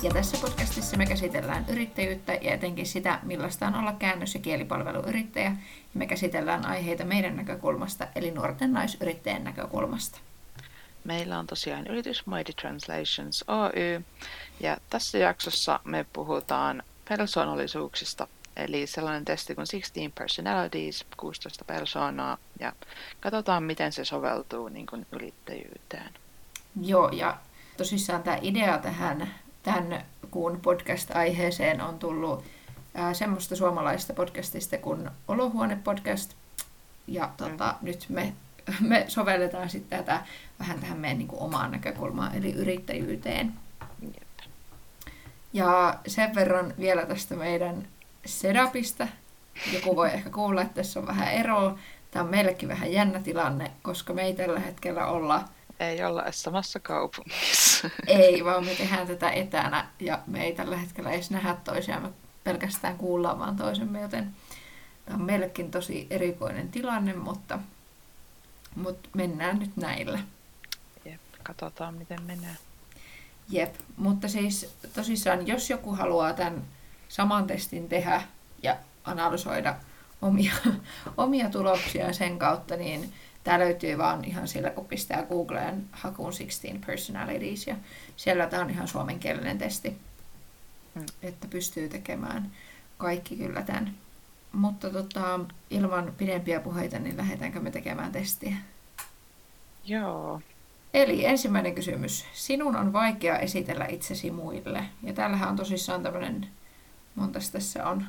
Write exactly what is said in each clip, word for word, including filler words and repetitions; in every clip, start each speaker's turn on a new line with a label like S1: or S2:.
S1: Ja tässä podcastissa me käsitellään yrittäjyyttä ja etenkin sitä, millaista on olla käännös- ja kielipalveluyrittäjä. Ja me käsitellään aiheita meidän näkökulmasta, eli nuorten naisyrittäjän näkökulmasta.
S2: Meillä on tosiaan yritys Mighty Translations Oy, ja tässä jaksossa me puhutaan persoonallisuuksista, eli sellainen testi kuin sixteen personalities, kuusitoista persoonaa, ja katsotaan, miten se soveltuu niin kuin yrittäjyyteen.
S1: Joo, ja tosissaan tämä idea tähän tämän kuun podcast-aiheeseen on tullut ää, semmoista suomalaista podcastista kuin Olohuone-podcast, ja tota, mm. nyt me, me sovelletaan sitten tätä vähän tähän meidän niin kuin omaan näkökulmaan, eli yrittäjyyteen.
S2: Jep.
S1: Ja sen verran vielä tästä meidän setupista. Joku voi ehkä kuulla, että tässä on vähän eroa. Tämä on meillekin vähän jännä tilanne, koska me ei tällä hetkellä olla...
S2: Ei olla edes samassa kaupungissa.
S1: Ei, vaan me tehdään tätä etänä ja me ei tällä hetkellä edes nähdä toisiaan, me pelkästään kuullaan vaan toisemme, joten tämä on meillekin tosi erikoinen tilanne, mutta, mutta mennään nyt näillä.
S2: Jep, katsotaan miten menee.
S1: Jep, mutta siis tosissaan, jos joku haluaa tämän saman testin tehdä ja analysoida omia, omia tuloksiaan sen kautta, niin tämä löytyy vaan ihan sillä, kun pistää Googleen hakuun sixteen personalities, ja siellä tämä on ihan suomenkielinen testi, hmm. että pystyy tekemään kaikki kyllä tämän. Mutta tota, ilman pidempiä puheita, niin lähdetäänkö me tekemään testiä?
S2: Joo.
S1: Eli ensimmäinen kysymys. Sinun on vaikea esitellä itsesi muille. Ja täällähän on tosissaan tämmöinen, montas tässä on?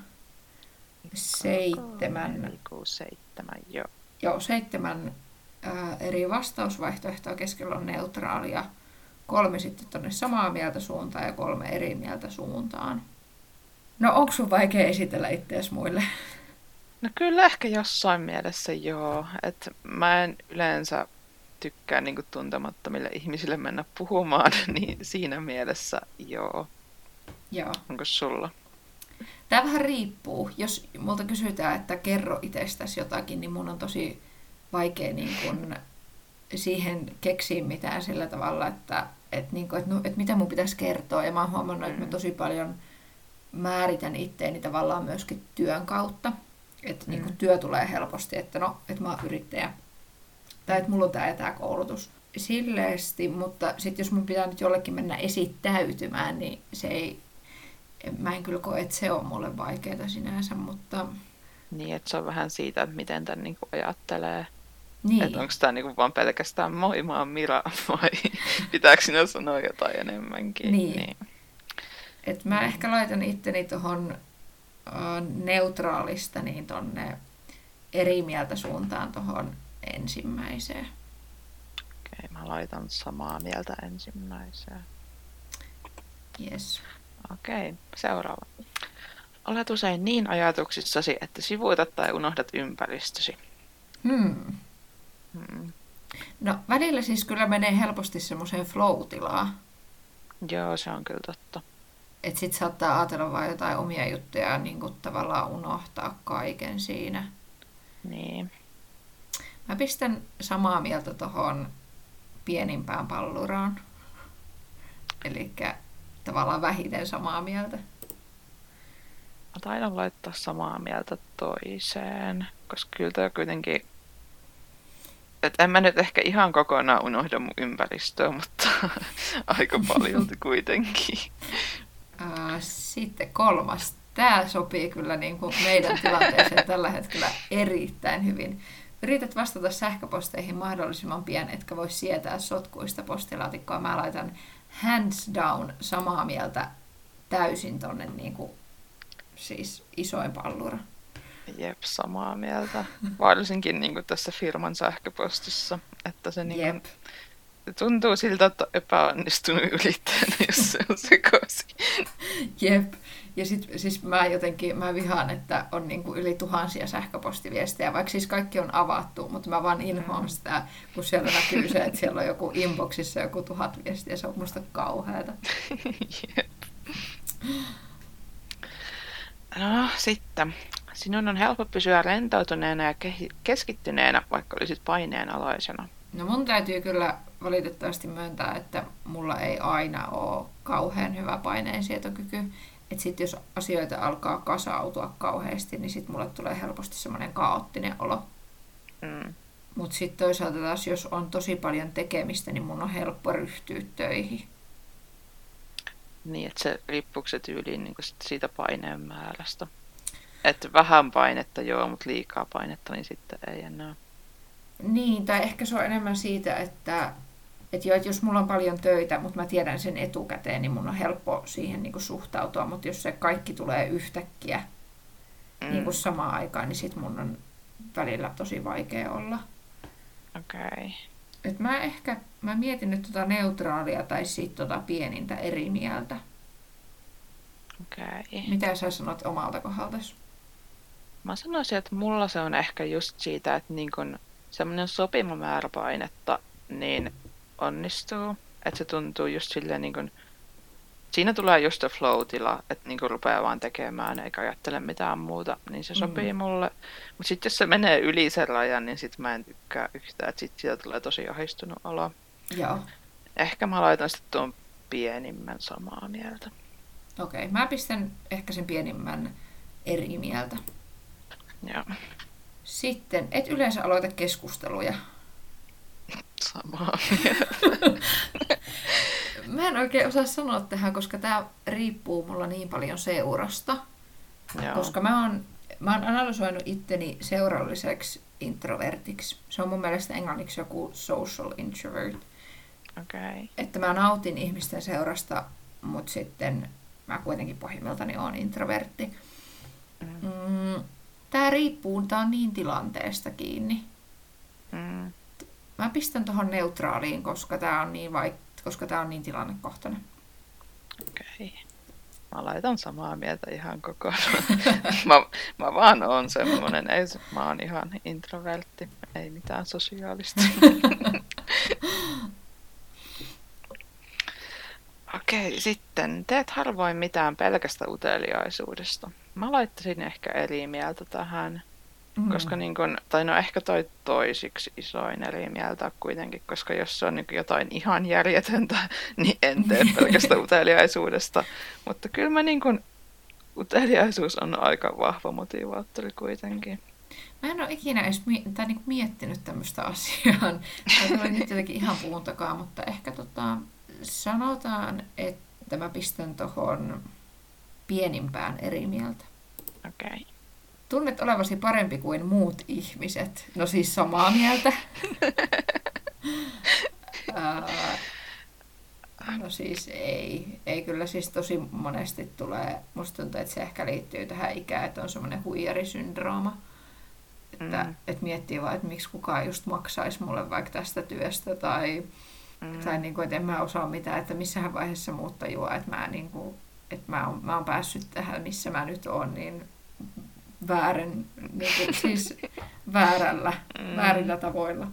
S1: Seitsemän.
S2: Seitsemän, joo.
S1: Joo, seitsemän ää, eri vastausvaihtoehtoa. Keskellä on neutraalia. Kolme sitten tuonne samaa mieltä suuntaan ja kolme eri mieltä suuntaan. No, onko sun vaikea esitellä itseäsi muille?
S2: No kyllä ehkä jossain mielessä joo. Et mä en yleensä tykkää niinku tuntemattomille ihmisille mennä puhumaan, niin siinä mielessä joo.
S1: Joo.
S2: Onko sulla?
S1: Tämä vähän riippuu. Jos multa kysytään, että kerro itsestäsi jotakin, niin mun on tosi vaikea niin kun siihen keksiä mitään sillä tavalla, että, että, niin kun, että, no, että mitä mun pitäisi kertoa. Ja mä oon huomannut, että mä tosi paljon määritän itteeni tavallaan myöskin työn kautta. Että mm. niin kun työ tulee helposti, että no, että mä oon yrittäjä. Tai että mulla on tämä ja tämä koulutus. Silleesti, mutta sitten jos mun pitää nyt jollekin mennä esittäytymään, niin se ei... Mä en kyllä koe, että se on mulle vaikeaa sinänsä, mutta...
S2: Niin, että se on vähän siitä, että miten tämän niin kuin ajattelee.
S1: Niin.
S2: Että onko tämä niin kuin vaan pelkästään moi, mä oon Mira, vai pitääkö sinä sanoa jotain enemmänkin?
S1: Niin.
S2: niin.
S1: Et mä ehkä laitan itteni tuohon uh, neutraalista niin tonne eri mieltä suuntaan tuohon ensimmäiseen.
S2: Okei, mä laitan samaa mieltä ensimmäiseen.
S1: Yes.
S2: Okei, seuraava. Olet usein niin ajatuksissasi, että sivuutat tai unohdat ympäristösi.
S1: Hmm.
S2: Hmm.
S1: No välillä siis kyllä menee helposti semmoiseen flow-tilaan.
S2: Joo, se on kyllä totta.
S1: Että sit saattaa ajatella vain jotain omia juttuja ja niin kuin tavallaan unohtaa kaiken siinä.
S2: Niin.
S1: Mä pistän samaa mieltä tohon pienimpään palluraan. Elikkä tavallaan vähiten samaa mieltä.
S2: Mä taidan laittaa samaa mieltä toiseen, koska kyllä tämä kuitenkin... Et en mä nyt ehkä ihan kokonaan unohda mun ympäristöä, mutta aika paljolti kuitenkin.
S1: Sitten kolmas. Tämä sopii kyllä niin kuin meidän tilanteeseen tällä hetkellä erittäin hyvin. Yrität vastata sähköposteihin mahdollisimman pian, etkä voi sietää sotkuista postilaatikkoa. Mä laitan hands down samaa mieltä täysin tonne niin kuin, siis isoin pallura.
S2: Jep, samaa mieltä. Varsinkin niin kuin tässä firman sähköpostissa, että se niin kuin, tuntuu siltä, että on epäonnistunut yrittäjänä, jos se on sekaisin.
S1: Jep. Ja sit, siis mä jotenkin, mä vihaan, että on niinku yli tuhansia sähköpostiviestejä, vaikka siis kaikki on avattu, mutta mä vaan inhoan sitä, kun siellä näkyy se, että siellä on joku inboxissa joku tuhat viestiä, se on musta kauheata.
S2: Jep. No sitten, sinun on helppo pysyä rentoutuneena ja keskittyneenä, vaikka olisit paineen alaisena.
S1: No mun täytyy kyllä valitettavasti myöntää, että mulla ei aina ole kauhean hyvä paineensietokyky. Että sitten jos asioita alkaa kasautua kauheasti, niin sitten mulle tulee helposti semmoinen kaoottinen olo.
S2: Mm.
S1: Mutta sitten toisaalta taas, jos on tosi paljon tekemistä, niin mun on helppo ryhtyä töihin.
S2: Niin, että se riippuuko se tyyliin niin siitä paineen määrästä. Että vähän painetta joo, mutta liikaa painetta, niin sitten ei enää.
S1: Niin, tai ehkä se on enemmän siitä, että, että, jo, että jos mulla on paljon töitä, mutta mä tiedän sen etukäteen, niin mun on helppo siihen niin kuin suhtautua. Mutta jos se kaikki tulee yhtäkkiä mm. niin kuin samaan aikaan, niin sit mun on välillä tosi vaikea olla.
S2: Okei. Okay.
S1: Et mä ehkä mä mietin nyt tota neutraalia tai sit tota pienintä eri mieltä.
S2: Okei. Okay.
S1: Mitä sä sanot omalta kohdaltasi?
S2: Mä sanoisin, että mulla se on ehkä just siitä, että niin kun semmoinen sopiva määrä painetta niin onnistuu. Että se tuntuu just silleen niin kun, siinä tulee just se flow-tila, että niin kun rupeaa vaan tekemään eikä ajattele mitään muuta, niin se sopii mm-hmm. mulle. Mutta sitten jos se menee yli sen rajan, niin sit mä en tykkää yhtään, että sitten siitä tulee tosi ahdistunut olo.
S1: Joo.
S2: Ehkä mä laitan sitten tuon pienimmän samaa mieltä.
S1: Okei, okay. Mä pistän ehkä sen pienimmän eri mieltä.
S2: Joo.
S1: Sitten, et yleensä aloita keskusteluja.
S2: Samaa mieltä.
S1: Mä en oikein osaa sanoa tähän, koska tää riippuu mulla niin paljon seurasta.
S2: Joo.
S1: Koska mä oon, mä oon analysoinut itteni seuralliseksi introvertiksi. Se on mun mielestä englanniksi joku social introvert.
S2: Okay.
S1: Että mä nautin ihmisten seurasta, mutta sitten mä kuitenkin pohjimmiltani oon introvertti. Mm. Mm, tää riippuu, tää on niin tilanteesta kiinni.
S2: Mm.
S1: Mä pistän tohon neutraaliin, koska tää on niin vaik- koska tää on niin tilannekohtainen.
S2: Okei. Okay. Mä laitan samaa mieltä ihan koko ajan. mä, mä vaan oon semmonen, ei, mä oon ihan introvertti, ei mitään sosiaalista. Okei, okay, sitten teet harvoin mitään pelkästä uteliaisuudesta. Mä laittaisin ehkä eri mieltä tähän, mm. koska niin kun, tai no ehkä toi toisiksi isoin eri mieltä kuitenkin, koska jos se on niin jotain ihan järjetöntä, niin en tee pelkästä uteliaisuudesta. Mutta kyllä mä niin kun, uteliaisuus on aika vahva motivaattori kuitenkin.
S1: Mä en ole ikinä edes mi- tai niin miettinyt tämmöistä asiaa. Tämä oli nyt jotenkin ihan puun takaa, mutta ehkä tota... sanotaan, että mä pistän tohon pienimpään eri mieltä.
S2: Okei. Okay.
S1: Tunnet olevasi parempi kuin muut ihmiset. No siis samaa mieltä. no siis ei. Ei kyllä siis tosi monesti tulee. Musta tuntuu, että se ehkä liittyy tähän ikään, että on semmoinen huijarisyndrooma. Että mm. et miettii vaan, että miksi kukaan just maksaisi mulle vaikka tästä työstä tai... Mm. Tai niin kuin, että en mä osaa mitään, että missähän vaiheessa muut tajuaa, että mä, niin kuin, että mä, oon, mä oon päässyt tähän, missä mä nyt oon, niin väärän, niin kuin, siis väärällä, mm. väärillä tavoilla.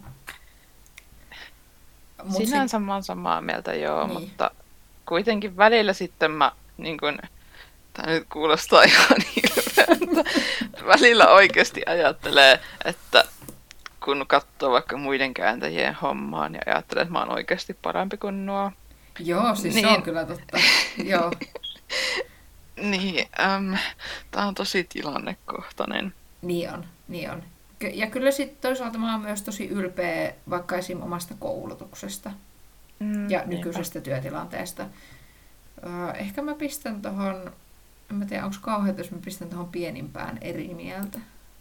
S2: Mut sinänsä sit... mä oon samaa mieltä, joo, niin. Mutta kuitenkin välillä sitten mä, niin kuin, tää nyt kuulostaa ihan hirveältä, välillä oikeasti ajattelee, että kun katsoo vaikka muiden kääntäjien hommaa, niin ajattelen, että mä oon oikeasti parempi kuin nuo.
S1: Joo, siis
S2: niin.
S1: Se on kyllä totta. Joo.
S2: niin, äm, tää on tosi tilannekohtainen.
S1: Niin on, niin on. Ja kyllä sitten toisaalta mä oon myös tosi ylpeä vaikka esim. Omasta koulutuksesta mm, ja nykyisestä niinpä. Työtilanteesta. Ehkä mä pistän tohon, en mä tiedä onko kauheata, jos mä pistän tohon pienimpään eri mieltä.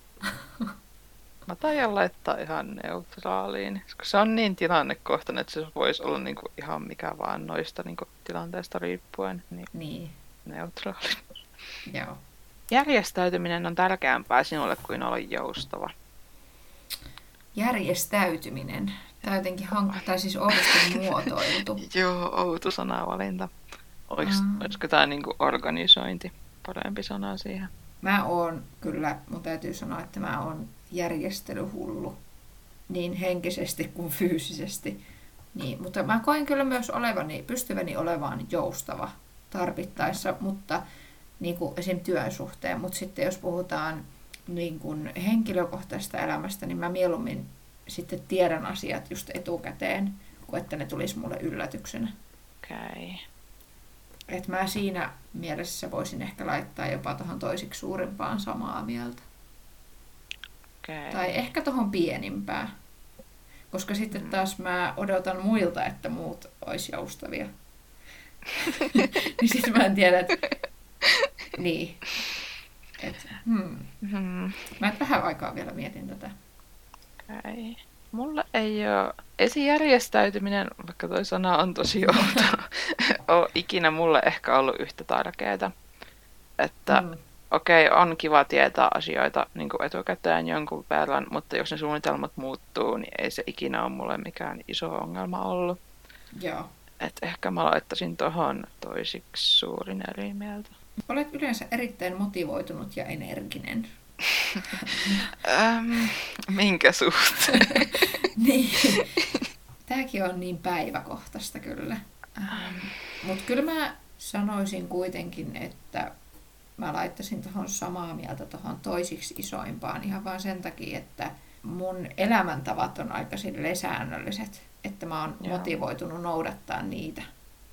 S2: Mä taidan laittaa ihan neutraaliin, koska se on niin tilannekohtainen, että se voisi olla niinku ihan mikä vaan noista niinku tilanteesta riippuen. Niin, niin. Neutraali.
S1: Joo.
S2: Järjestäytyminen on tärkeämpää sinulle kuin olla joustava.
S1: Järjestäytyminen. Tämä jotenkin hank- tai siis oudosti muotoiltu.
S2: Joo, outo sanavalinta. Olis, mm. Olisiko tämä niinku organisointi parempi sana siihen?
S1: Mä oon kyllä, mun täytyy sanoa, että mä oon järjestelyhullu niin henkisesti kuin fyysisesti. Niin, mutta mä koen kyllä myös olevani, pystyväni olemaan joustava tarvittaessa, mutta niin kuin esim. Työn suhteen. Mutta sitten jos puhutaan niin kuin henkilökohtaisesta elämästä, niin mä mieluummin sitten tiedän asiat just etukäteen, kuin että ne tulisi mulle yllätyksenä.
S2: Okei. Okay.
S1: Et mä siinä mielessä voisin ehkä laittaa jopa tuohon toisiksi suurimpaan samaa mieltä.
S2: Okay.
S1: Tai ehkä tuohon pienimpään. Koska sitten taas mä odotan muilta, että muut olisi joustavia. Niin sit mä en tiedä, että... Niin. Et, hmm.
S2: Hmm.
S1: Mä et vähän aikaa vielä mietin tätä.
S2: Okay. Mulla ei ole esijärjestäytyminen, vaikka toi sana on tosi outo, ole ikinä mulle ehkä ollut yhtä tärkeää. Että mm. okei, okay, on kiva tietää asioita niin kuin etukäteen jonkun verran, mutta jos ne suunnitelmat muuttuu, niin ei se ikinä ole mulle mikään iso ongelma ollut.
S1: Joo. Et
S2: ehkä mä laittaisin tuohon toisiksi suurin eri mieltä.
S1: Olet yleensä erittäin motivoitunut ja energinen.
S2: ähm, minkä suhteen?
S1: Niin. Tääkin on niin päiväkohtaista kyllä. Ähm, Mutta kyllä mä sanoisin kuitenkin, että mä laittaisin tuohon samaa mieltä tuohon toisiksi isoimpaan ihan vaan sen takia, että mun elämäntavat on aika silleen säännölliset, että mä oon Joo. motivoitunut noudattaa niitä.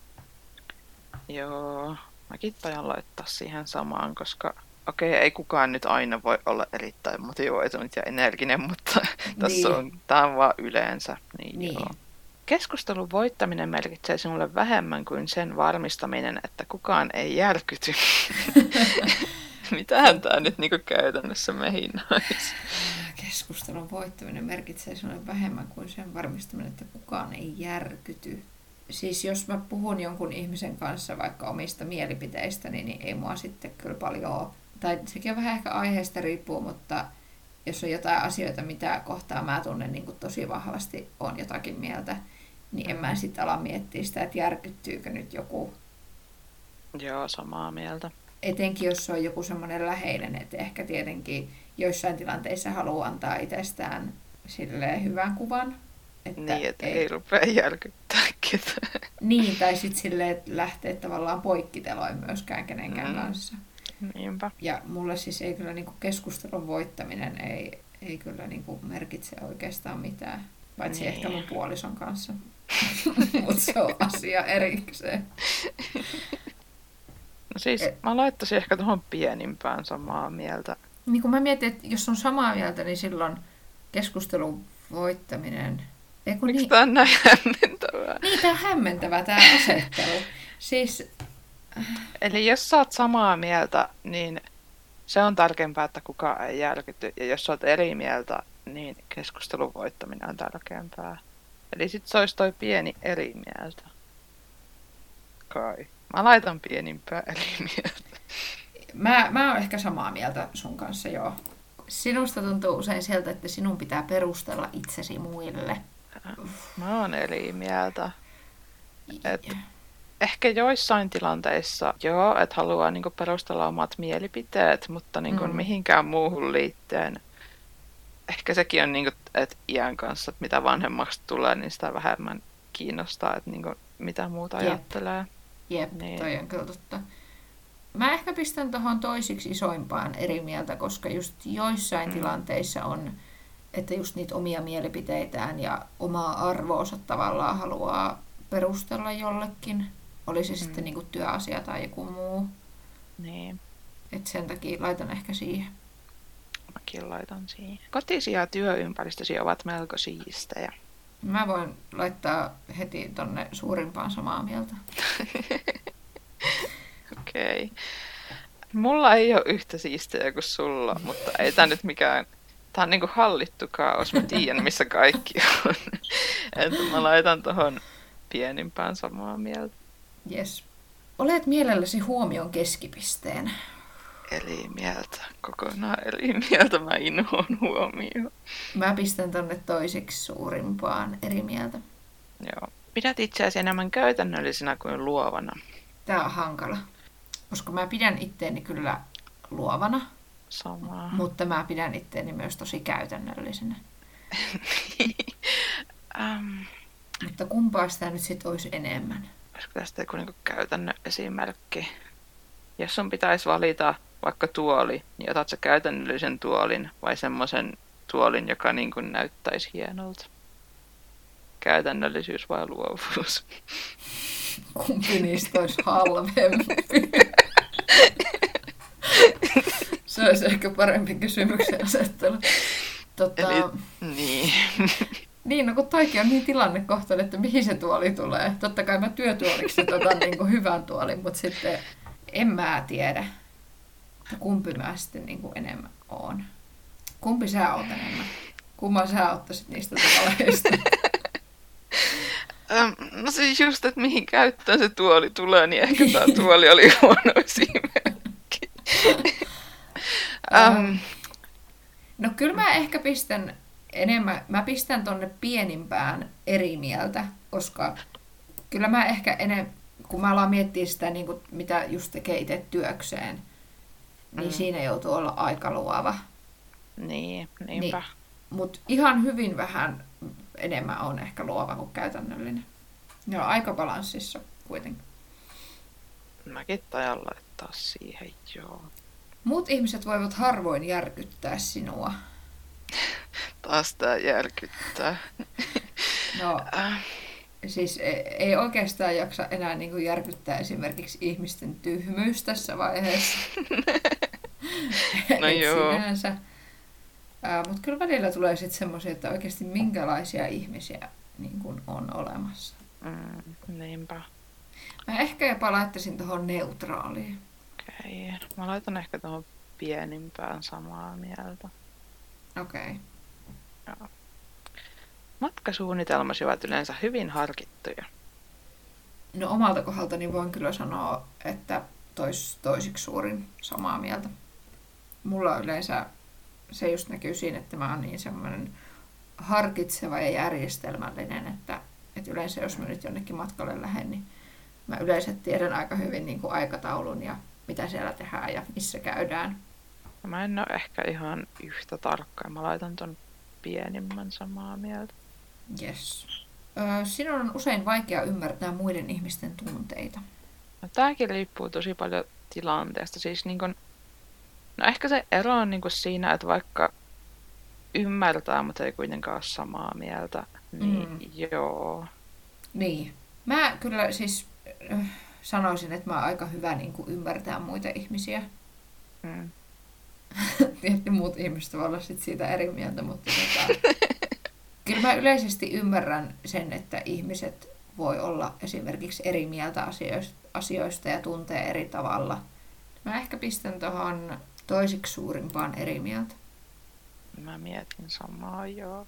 S2: Joo, mäkin tajan laittaa siihen samaan, koska okei, ei kukaan nyt aina voi olla erittäin motivoitunut ja energinen, mutta niin. tässä on, tää on vaan yleensä. Niin
S1: niin.
S2: Joo. Keskustelun voittaminen merkitsee sinulle vähemmän kuin sen varmistaminen, että kukaan ei järkyty. Mitähän tää nyt niinku käytännössä mehinnoisi?
S1: Keskustelun voittaminen merkitsee sinulle vähemmän kuin sen varmistaminen, että kukaan ei järkyty. Siis jos mä puhun jonkun ihmisen kanssa vaikka omista mielipiteistä, niin ei mua sitten kyllä paljon ole. Tai sekin on vähän ehkä aiheesta riippuu, mutta jos on jotain asioita, mitä kohtaa mä tunnen niin kuin tosi vahvasti, on jotakin mieltä, niin en mä sitten ala miettiä sitä, että järkyttyykö nyt joku.
S2: Joo, samaa mieltä.
S1: Etenkin jos se on joku semmoinen läheinen, että ehkä tietenkin joissain tilanteissa haluaa antaa itsestään silleen hyvän kuvan. Että
S2: niin, että ei, ei rupea järkyttää ketään.
S1: Niin, tai sitten silleen, että lähtee tavallaan poikkiteloin myöskään kenenkään mm. kanssa.
S2: Niinpä.
S1: Ja mulle siis ei kyllä niinku keskustelun voittaminen ei, ei kyllä niinku merkitse oikeastaan mitään. Paitsi niin. ehkä mun puolison kanssa. Mutta se on asia erikseen.
S2: No siis Et, mä laittaisin ehkä tuohon pienimpään samaa mieltä.
S1: Niin kun mä mietin, että jos on samaa mieltä, niin silloin keskustelun voittaminen... Eiku,
S2: Miksi
S1: niin...
S2: tää on näin hämmentävää?
S1: Niin, tää on hämmentävää tää asettelu. Siis...
S2: Eli jos sä oot samaa mieltä, niin se on tärkeämpää, että kukaan ei järkyty. Ja jos sä oot eri mieltä, niin keskustelun voittaminen on tärkeämpää. Eli sit se olisi toi pieni eri mieltä. Kai. Mä laitan pienimpää eri mieltä. Mä,
S1: mä oon ehkä samaa mieltä sun kanssa, joo. Sinusta tuntuu usein sieltä, että sinun pitää perustella itsesi muille.
S2: Mä oon eri mieltä. Et ehkä joissain tilanteissa, joo, että haluaa niinku perustella omat mielipiteet, mutta niinku mm. mihinkään muuhun liittyen. Ehkä sekin on, niinku, että iän kanssa, että mitä vanhemmaksi tulee, niin sitä vähemmän kiinnostaa, että niinku, mitä muuta Jep. ajattelee.
S1: Jep, niin. Toi on kyllä totta. Mä ehkä pistän tuohon toisiksi isoimpaan eri mieltä, koska just joissain mm. tilanteissa on, että just niitä omia mielipiteitään ja omaa arvoonsa tavallaan haluaa perustella jollekin. Oli se mm. sitten niinku työasia tai joku muu.
S2: Niin.
S1: Et sen takia laitan ehkä siihen.
S2: Mäkin laitan siihen. Kotisi ja työympäristösi ovat melko siistejä.
S1: Mä voin laittaa heti tonne suurimpaan samaa mieltä.
S2: Okei. Okay. Mulla ei ole yhtä siistejä kuin sulla, mutta ei tää nyt mikään... Tää on niinku hallittu kaos. Mä tiedän, missä kaikki on. Että mä laitan tohon pienimpään samaa mieltä.
S1: Yes. Olet mielelläsi huomion keskipisteen.
S2: Eri mieltä. Kokonaan eri mieltä. Mä inhoon huomioon.
S1: Mä pistän tonne toisiksi suurimpaan eri mieltä.
S2: Joo. Pidät itseäsi enemmän käytännöllisenä kuin luovana.
S1: Tää on hankala. Koska mä pidän itteeni kyllä luovana.
S2: Samaa.
S1: Mutta mä pidän itteeni myös tosi käytännöllisenä.
S2: um,
S1: mutta kumpaa sitä nyt sit olisi enemmän?
S2: Olisiko tästä joku niinku käytännön esimerkki? Jos sun pitäisi valita vaikka tuoli, niin otat sä käytännöllisen tuolin vai semmoisen tuolin, joka niinku näyttäisi hienolta? käytännöllisyys vai luovuus?
S1: Kumpi niistä olisi halvempi? Se olisi ehkä parempi kysymyksen asettelu. Tota...
S2: Eli, niin.
S1: Niin, no kun toikin on niin tilannekohtainen, että mihin se tuoli tulee. Totta kai mä työtuoliksi otan niin kuin hyvän tuolin, mutta sitten en mä tiedä, kumpi mä sitten niin kuin enemmän oon. Kumpi sä oot enemmän? Kumman sä ottaisit niistä tuoleista?
S2: No siis just, että mihin käyttöön se tuoli tulee, niin ehkä tämä tuoli oli huono esimerkki. um.
S1: No kyllä mä ehkä pistän enemmän, mä pistän tonne pienimpään eri mieltä, koska kyllä mä ehkä enemmän, kun mä alan miettiä sitä, niin kuin, mitä just tekee itse työkseen, niin mm. siinä joutuu olla aika luova.
S2: Niin, niinpä. Niin,
S1: mutta ihan hyvin vähän enemmän on ehkä luova kuin käytännöllinen. Ne on aika balanssissa kuitenkin.
S2: Mäkin tajan laittaa siihen, joo.
S1: Muut ihmiset voivat harvoin järkyttää sinua.
S2: Taas tää järkyttää.
S1: No, siis ei oikeastaan jaksa enää niin kuin järkyttää esimerkiksi ihmisten tyhmyys tässä vaiheessa.
S2: No joo.
S1: Sinänsä. Mutta kyllä välillä tulee sitten semmoisia, että oikeasti minkälaisia ihmisiä niin kuin on olemassa.
S2: Mm, niinpä.
S1: Mä ehkä jopa laittaisin tuohon neutraaliin.
S2: Okei. Okay. Mä laitan ehkä tuohon pienimpään samaa mieltä.
S1: Okei.
S2: Okay. Matkasuunnitelmasi ovat yleensä hyvin harkittuja.
S1: No omalta kohdaltani voin kyllä sanoa, että tois, toisiksi suurin samaa mieltä. Mulla yleensä se just näkyy siinä, että mä oon niin semmoinen harkitseva ja järjestelmällinen, että, että yleensä jos mä nyt jonnekin matkalle lähden, niin mä yleensä tiedän aika hyvin niin kuin aikataulun ja mitä siellä tehdään ja missä käydään.
S2: Mä en ole ehkä ihan yhtä tarkka. Mä laitan ton pienimmän samaa mieltä.
S1: Yes. Sinun on usein vaikea ymmärtää muiden ihmisten tunteita.
S2: No, tääkin riippuu tosi paljon tilanteesta. Siis niin kun, no ehkä se ero on niin kun siinä, että vaikka ymmärtää, mutta ei kuitenkaan ole samaa mieltä, niin mm. joo.
S1: Niin. Mä kyllä siis äh, sanoisin, että mä oon aika hyvä niin kuin ymmärtää muita ihmisiä.
S2: Mm.
S1: Tietysti muut ihmiset voi olla sit siitä eri mieltä, mutta tota, kyllä mä yleisesti ymmärrän sen, että ihmiset voi olla esimerkiksi eri mieltä asioista, asioista ja tuntee eri tavalla. Mä ehkä pistän tuohon toisiksi suurimpaan eri mieltä.
S2: Mä mietin samaa, joo.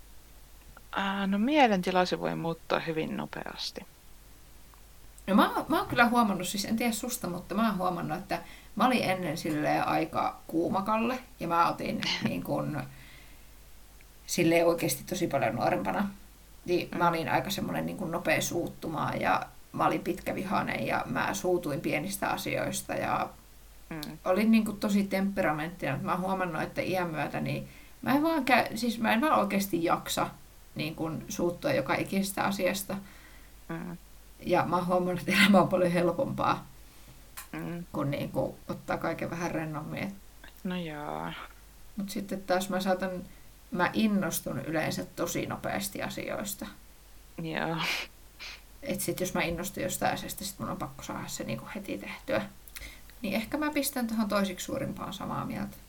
S2: Äh, no mielentilasi voi muuttaa hyvin nopeasti.
S1: No mä, mä oon kyllä huomannut, siis en tiedä susta, mutta mä oon huomannut, että mä olin ennen silleen aika kuumakalle ja mä otin niin kun, silleen oikeasti tosi paljon nuorempana. Niin mä olin aika semmoinen niin kun nopea suuttumaan ja mä olin pitkävihainen ja mä suutuin pienistä asioista ja mm. olin niin kun tosi temperamenttinen. Mä oon huomannut, että iän myötä niin mä en vaan, käy, siis mä en vaan oikeasti jaksa niin kun suuttua joka ikistä asiasta. Mm. Ja mä oon huomannut, että elämä on paljon helpompaa, mm. kun niin kun ottaa kaiken vähän rennommin.
S2: No joo.
S1: Mut sitten taas mä saatan, mä innostun yleensä tosi nopeasti asioista.
S2: Joo.
S1: Et sit jos mä innostun jostain asiasta, sit mun on pakko saada se niinku heti tehtyä. Niin ehkä mä pistän tuohon toisiksi suurimpaan samaa mieltä.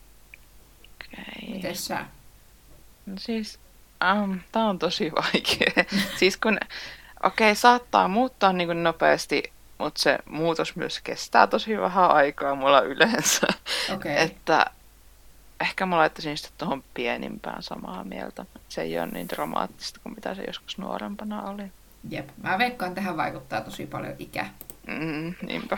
S2: Okei. Okay.
S1: Mites sä?
S2: No siis, um, tää on tosi vaikea. Siis kun, okei, okay, saattaa muuttaa niin kuin nopeasti, mutta se muutos myös kestää tosi vähän aikaa mulla yleensä.
S1: Okay.
S2: Että ehkä mä laittaisin sitä tuohon pienimpään samaa mieltä. Se ei ole niin dramaattista kuin mitä se joskus nuorempana oli.
S1: Jep, mä veikkaan, tähän vaikuttaa tosi paljon ikä.
S2: Mm, niinpä.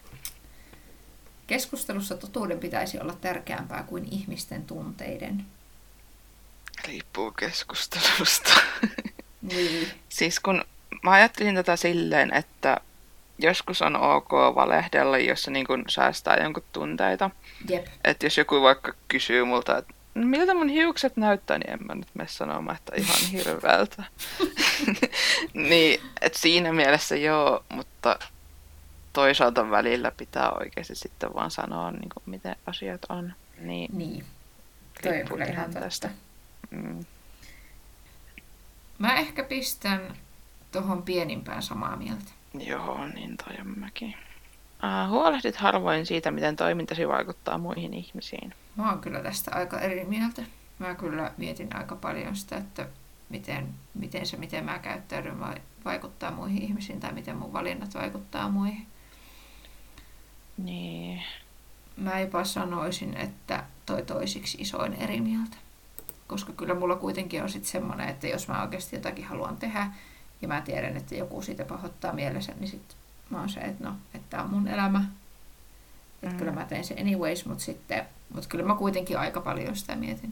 S1: Keskustelussa totuuden pitäisi olla tärkeämpää kuin ihmisten tunteiden.
S2: Riippuu keskustelusta.
S1: Niin.
S2: Siis kun mä ajattelin tätä silleen, että joskus on ok valehdella, jos se niin kun säästää jonkun tunteita.
S1: Jep.
S2: Että jos joku vaikka kysyy multa, että miltä mun hiukset näyttää, niin en mä nyt mene sanomaan, että ihan hirveältä. Niin, että siinä mielessä joo, mutta toisaalta välillä pitää oikeasti sitten vaan sanoa, niin kuin, miten asiat on. Niin,
S1: niin. Toi on kyllä ihan tästä.
S2: Mm.
S1: Mä ehkä pistän tohon pienimpään samaa mieltä.
S2: Joo, niin toivon mäkin. Uh, huolehdit harvoin siitä, miten toimintasi vaikuttaa muihin ihmisiin.
S1: Mä oon kyllä tästä aika eri mieltä. Mä kyllä mietin aika paljon sitä, että miten, miten se, miten mä käyttäydyn vaikuttaa muihin ihmisiin tai miten mun valinnat vaikuttaa muihin.
S2: Niin.
S1: Mä jopa sanoisin, että toi toisiksi isoin eri mieltä. Koska kyllä mulla kuitenkin on sitten semmoinen, että jos mä oikeasti jotakin haluan tehdä ja mä tiedän, että joku siitä pahoittaa mielessä, niin sitten mä oon se, että no, että tää on mun elämä. Että mm. kyllä mä teen se anyways, mutta sitten, mutta kyllä mä kuitenkin aika paljon sitä mietin.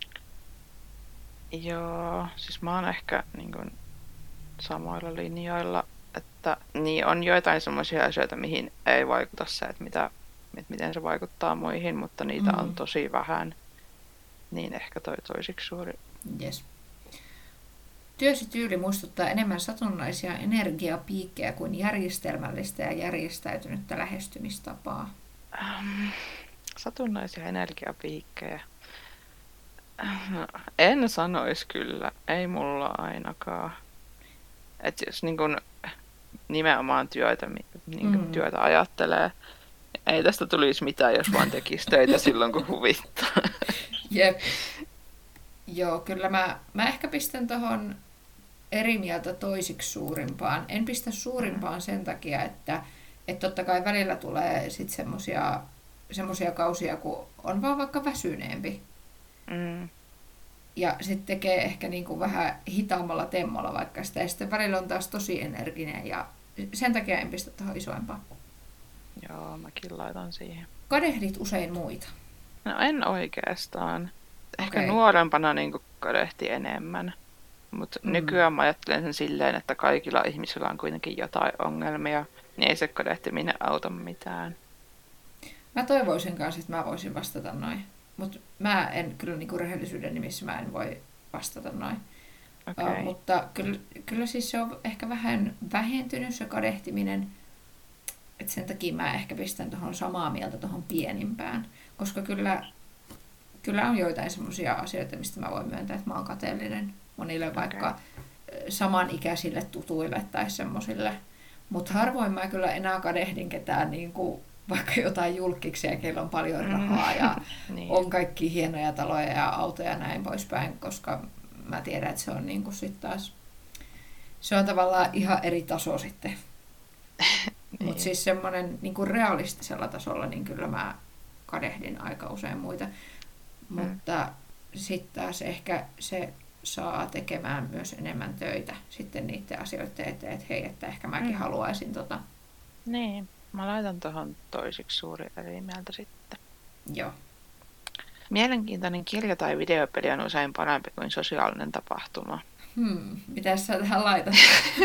S2: Joo, siis mä oon ehkä niin kuin samoilla linjoilla, että niin on joitain semmoisia asioita, mihin ei vaikuta se, että, mitä, että miten se vaikuttaa muihin, mutta niitä mm. on tosi vähän. Niin ehkä toi toisiksi suuri.
S1: Yes. Työsi tyyli muistuttaa enemmän satunnaisia energiapiikkejä kuin järjestelmällistä ja järjestäytynyttä lähestymistapaa.
S2: Ähm, satunnaisia energiapiikkejä. No, en sanoisi kyllä. Ei mulla ainakaan. Et jos niin kun, nimenomaan työtä, niin kun mm. työtä ajattelee, ei tästä tulisi mitään, jos vaan tekisi töitä silloin, kun huvittaa.
S1: Jep. Joo, kyllä mä, mä ehkä pistän tohon eri mieltä toisiksi suurimpaan. En pistä suurimpaan sen takia, että, että totta kai välillä tulee sit semmosia, semmosia kausia, kun on vaan vaikka väsyneempi.
S2: Mm.
S1: Ja sitten tekee ehkä niinku vähän hitaammalla temmolla vaikka sitä. Ja sitten välillä on taas tosi energinen ja sen takia en pistä tohon isoimpaan.
S2: Joo, mäkin laitan siihen.
S1: Kadehdit usein muita?
S2: No en oikeastaan. Ehkä
S1: Okay.
S2: nuorempana niin kadehti enemmän. Mutta mm. nykyään mä ajattelen sen silleen, että kaikilla ihmisillä on kuitenkin jotain ongelmia. Niin ei se kadehtiminen auta mitään.
S1: Mä toivoisin kanssa, että mä voisin vastata noin. Mutta mä en kyllä niinku rehellisyyden nimissä mä en voi vastata noin.
S2: Okay.
S1: Uh, mutta kyllä, kyllä siis se on ehkä vähän vähentynyt se kadehtiminen. Et sen takia mä ehkä pistän tuohon samaa mieltä tuohon pienimpään. Koska kyllä, kyllä on joitain semmoisia asioita, mistä mä voin myöntää, että mä oon kateellinen monille okay. vaikka samanikäisille tutuille tai semmosille. Mutta harvoin mä kyllä enää kadehdin ketään niin kuin vaikka jotain julkkiksia, keillä on paljon rahaa ja niin. on kaikki hienoja taloja ja autoja ja näin poispäin, koska mä tiedän, että se on niin kuin sit taas, se on tavallaan ihan eri taso sitten. niin. Mutta siis semmoinen niin kuin realistisella tasolla, niin kyllä mä kadehdin aika usein muita. Mm. Mutta sitten taas ehkä se saa tekemään myös enemmän töitä sitten niiden asioiden eteen, että hei, että ehkä mäkin mm. haluaisin tota.
S2: Niin, mä laitan tuohon toisiksi suuri eri mieltä sitten.
S1: Joo.
S2: Mielenkiintoinen kirja tai videopeli on usein parempi kuin sosiaalinen tapahtuma.
S1: Hmm, mitäs sä tähän laitat?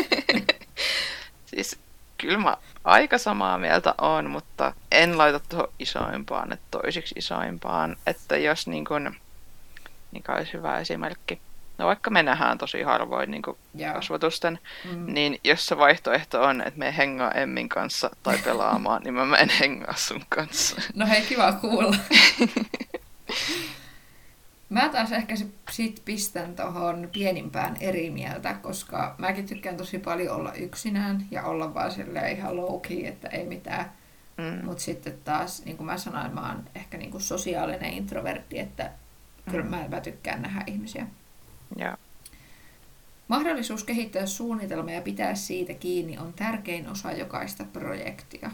S2: Siis kyllä mä aika samaa mieltä on, mutta en laita tuohon isoimpaan, että toisiksi isoimpaan. Että jos niin kun, mikä olisi hyvä esimerkki, no vaikka me nähdään tosi harvoin niin kuin kasvatusten, mm. niin jos se vaihtoehto on, että me hengaa Emmin kanssa tai pelaamaan, niin mä menen hengaa sun kanssa.
S1: No hei, kiva kuulla. Mä taas ehkä sit pistän tohon pienimpään eri mieltä, koska mäkin tykkään tosi paljon olla yksinään ja olla vaan silleen ihan low-key, että ei mitään. Mm. Mutta sitten taas, niin kuin mä sanoin, mä oon ehkä niin kuin sosiaalinen introvertti, että mm. kyllä mä, mä tykkään nähdä ihmisiä.
S2: Ja.
S1: Mahdollisuus kehittää suunnitelma ja pitää siitä kiinni on tärkein osa jokaista projektia.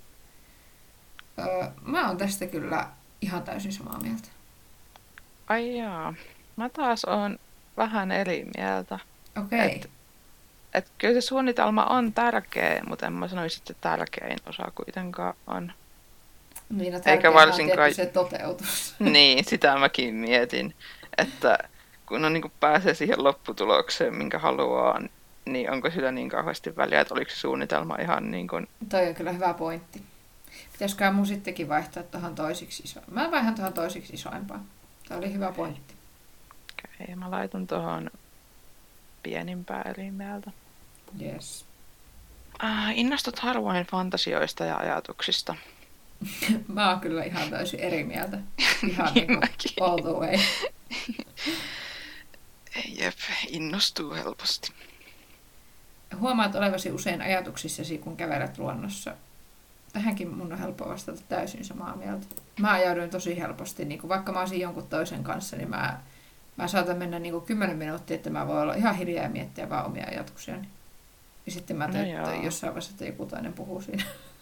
S1: Öö, mä oon tästä kyllä ihan täysin samaa mieltä.
S2: Ai jaa. Mä taas oon vähän eri mieltä.
S1: Okei. Okay.
S2: Et, et kyllä se suunnitelma on tärkeä, mutta en mä sanoisi, että tärkein osa kuitenkaan on.
S1: Niin, no tärkeää varsinkaan... on se toteutus.
S2: Niin, sitä mäkin mietin, että kun on, niin kuin pääsee siihen lopputulokseen, minkä haluaa, niin onko sillä niin kauheasti väliä, että oliko se suunnitelma ihan niin kuin...
S1: Toi on kyllä hyvä pointti. Pitäisikö mun sittenkin vaihtaa tuohon toisiksi isoimpaan? Mä vaihdan tuohon toisiksi isoimpaan. Tämä oli hyvä pointti.
S2: Okei, okay, mä laitan tuohon pienimpään eri mieltä.
S1: Yes.
S2: Äh, innostut harvoin fantasioista ja ajatuksista.
S1: Mä oon kyllä ihan täysin eri mieltä. Ihan niin kuin all the way.
S2: Jep, innostuu helposti.
S1: Huomaat olevasi usein ajatuksissasi, kun kävelet luonnossa. Tähänkin mun on helppo vastata täysin samaa mieltä. Mä ajauduin tosi helposti, niin kun vaikka mä olisin jonkun toisen kanssa, niin mä, mä saatan mennä niin kymmenen minuuttia, että mä voin olla ihan hiljaa ja miettiä vaan omia ajatuksiani. Ja sitten mä teen, no jossain vaiheessa, että joku toinen puhuu siinä.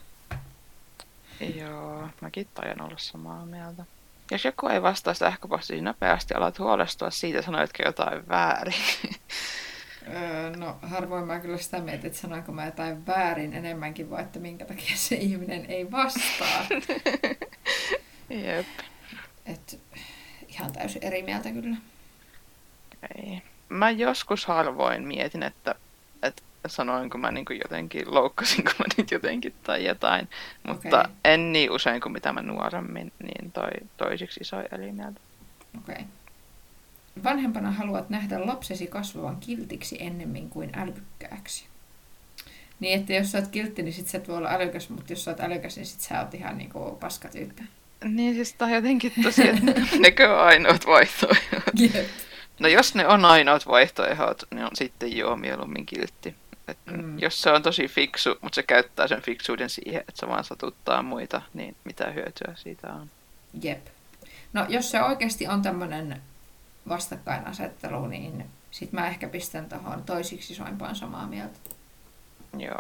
S2: Joo, mäkin tajan olla samaa mieltä. Jos joku ei vastaa sähköpostiin nopeasti, alat huolestua siitä, sanoitko jotain väärin.
S1: Öö, no harvoin mä kyllä sitä mietin, että sanoinko mä jotain väärin enemmänkin, vai että minkä takia se ihminen ei vastaa.
S2: Jep.
S1: Et, ihan täysin eri mieltä kyllä.
S2: Ei. Mä joskus harvoin mietin, että, että sanoinko mä niin kuin jotenkin, loukkasinko mä nyt jotenkin tai jotain, mutta okay. En niin usein kuin mitä mä nuoremmin, niin toi toisiksi isoin eri mieltä.
S1: Okei. Okay. Vanhempana haluat nähdä lapsesi kasvavan kiltiksi ennemmin kuin älykkääksi. Niin, että jos sä oot kiltti, niin sit sä et voi olla älykäs, mutta jos sä oot älykäs, niin sit sä oot ihan niinku paskatyyppi.
S2: Niin, siis tää on jotenkin tosi, että nekö on ainoat vaihtoehdot.
S1: Yep.
S2: No jos ne on ainoat vaihtoehdot, niin on sitten joo mieluummin kiltti. Et
S1: Mm.
S2: Jos se on tosi fiksu, mutta se käyttää sen fiksuuden siihen, että se vaan satuttaa muita, niin mitä hyötyä siitä on?
S1: Jep. No jos se oikeasti on tämmönen vastakkainasettelu, niin sit mä ehkä pistän tohon toisiksi isoimpaan samaa mieltä.
S2: Joo.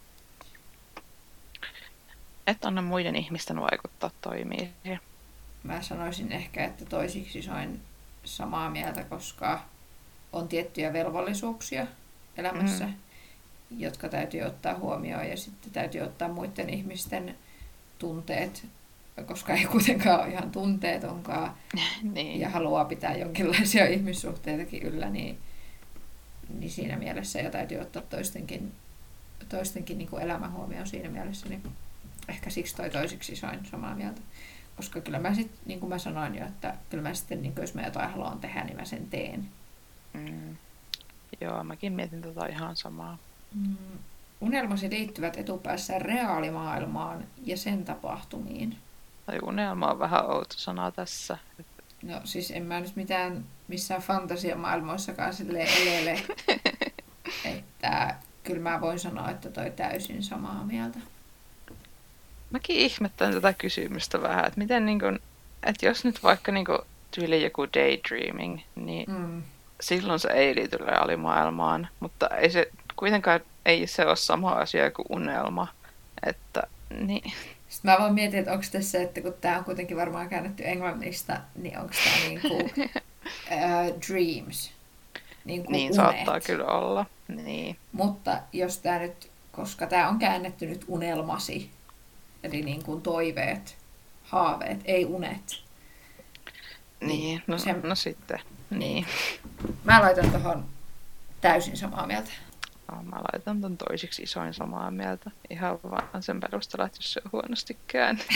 S2: Et anna muiden ihmisten vaikuttaa toimiin.
S1: Mä sanoisin ehkä, että toisiksi isoin samaa mieltä, koska on tiettyjä velvollisuuksia elämässä, mm. jotka täytyy ottaa huomioon, ja sitten täytyy ottaa muiden ihmisten tunteet, koska ei kuitenkaan ole ihan tunteetonkaan
S2: niin.
S1: Ja haluaa pitää jonkinlaisia ihmissuhteitakin yllä, niin, niin siinä mielessä jo täytyy ottaa toistenkin, toistenkin niin kuin elämä huomioon siinä mielessä, niin ehkä siksi toi toisiksi isoin samaa mieltä. Koska kyllä mä sitten, niin kuin mä sanoin jo, että kyllä mä sitten, niin jos mä jotain haluan tehdä, niin mä sen teen.
S2: Mm. Joo, mäkin mietin tota ihan samaa.
S1: Mm. Unelmasi liittyvät etupäässä reaalimaailmaan ja sen tapahtumiin.
S2: Tai unelma on vähän outo sana tässä.
S1: No siis en mä nyt mitään missään fantasiamaailmoissakaan silleen elele. Että kyllä mä voin sanoa, että toi täysin samaa mieltä.
S2: Mäkin ihmettän tätä kysymystä vähän, että miten niin kun, että jos nyt vaikka niin kun tyyli joku daydreaming, niin mm. silloin se ei liity reaalimaailmaan, mutta ei se kuitenkaan ei se ole sama asia kuin unelma, että niin.
S1: Sitten mä vaan mietin, että onko tässä, että kun tää on kuitenkin varmaan käännetty englannista, niin onko tää niinku uh, dreams, niinku
S2: niin
S1: unet.
S2: Saattaa kyllä olla, niin.
S1: Mutta jos tää nyt, koska tää on käännetty nyt unelmasi, eli niin kuin toiveet, haaveet, ei unet.
S2: Niin, no,
S1: se,
S2: no sitten, niin.
S1: Mä laitan tohon täysin samaa mieltä.
S2: No, mä laitan ton toisiksi isoin samaa mieltä. Ihan vaan sen perusteella, että jos se on huonosti käännetty.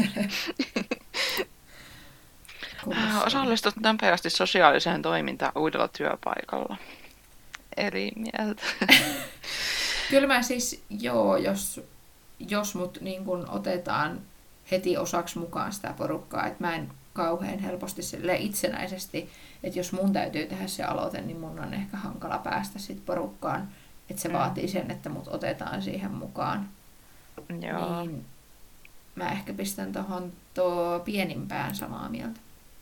S2: Osallistut nopeasti sosiaaliseen toimintaan uudella työpaikalla. Eri mieltä.
S1: Kyllä mä siis, joo, jos, jos mut niin kun otetaan heti osaksi mukaan sitä porukkaa, että mä en kauhean helposti itsenäisesti, että jos mun täytyy tehdä se aloite, niin mun on ehkä hankala päästä sit porukkaan, että se mm. vaatii sen, että mut otetaan siihen mukaan.
S2: Joo.
S1: Niin mä ehkä pistän tohon tuo pienimpään samaa mieltä.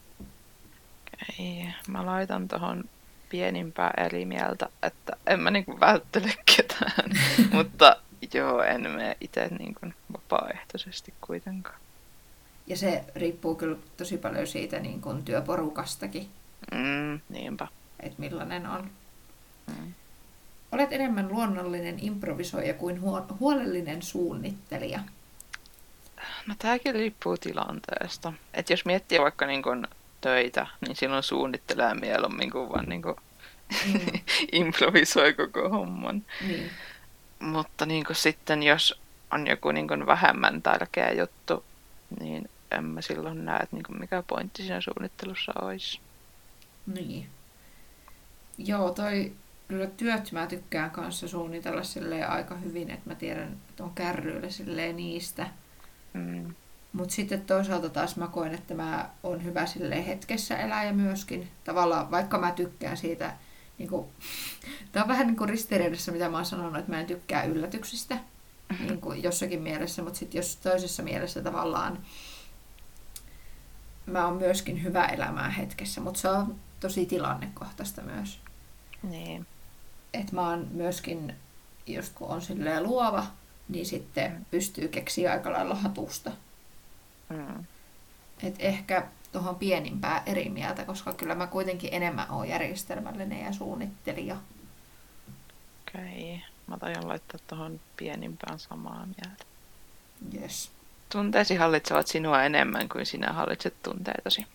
S2: Ei, mä laitan tohon pienimpään eri mieltä, että en mä niinku välttele ketään, mutta joo, en mene itse niinku vapaaehtoisesti kuitenkaan.
S1: Ja se riippuu kyllä tosi paljon siitä niin kuin työporukastakin.
S2: Mm, niinpä.
S1: Että millainen on.
S2: Mm.
S1: Olet enemmän luonnollinen improvisoija kuin huo- huolellinen suunnittelija.
S2: No tääkin riippuu tilanteesta. Että jos miettii vaikka niin kun töitä, niin silloin suunnittelee mieluummin kuin vaan niin kun mm. improvisoi koko homman.
S1: Niin.
S2: Mutta niin kun sitten jos on joku niin kun vähemmän tärkeä juttu, niin en mä silloin näe, että niin mikä pointti siinä suunnittelussa olisi.
S1: Niin. Joo, toi kyllä työt mä tykkään kanssa suunnitella silleen aika hyvin, että mä tiedän, että on kärryillä silleen niistä.
S2: Mm.
S1: Mutta sitten toisaalta taas mä koen, että mä oon hyvä silleen hetkessä eläjä myöskin. Tavallaan vaikka mä tykkään siitä niin kuin, tämä on vähän niin kuin ristiriidassa, mitä mä oon sanonut, että mä en tykkää yllätyksistä niin kuin jossakin mielessä, mutta sitten jos toisessa mielessä tavallaan mä oon myöskin hyvä elämää hetkessä, mutta se on tosi tilannekohtaista myös.
S2: Niin.
S1: Että mä oon myöskin, just kun on silleen luova, niin sitten pystyy keksiä aika lailla hatusta.
S2: Mm.
S1: Et ehkä tuohon pienimpään eri mieltä, koska kyllä mä kuitenkin enemmän oon järjestelmällinen ja suunnittelija.
S2: Okei. Mä tajan laittaa tuohon pienimpään samaa mieltä.
S1: Yes.
S2: Tunteesi hallitsevat sinua enemmän kuin sinä hallitset tunteitasi.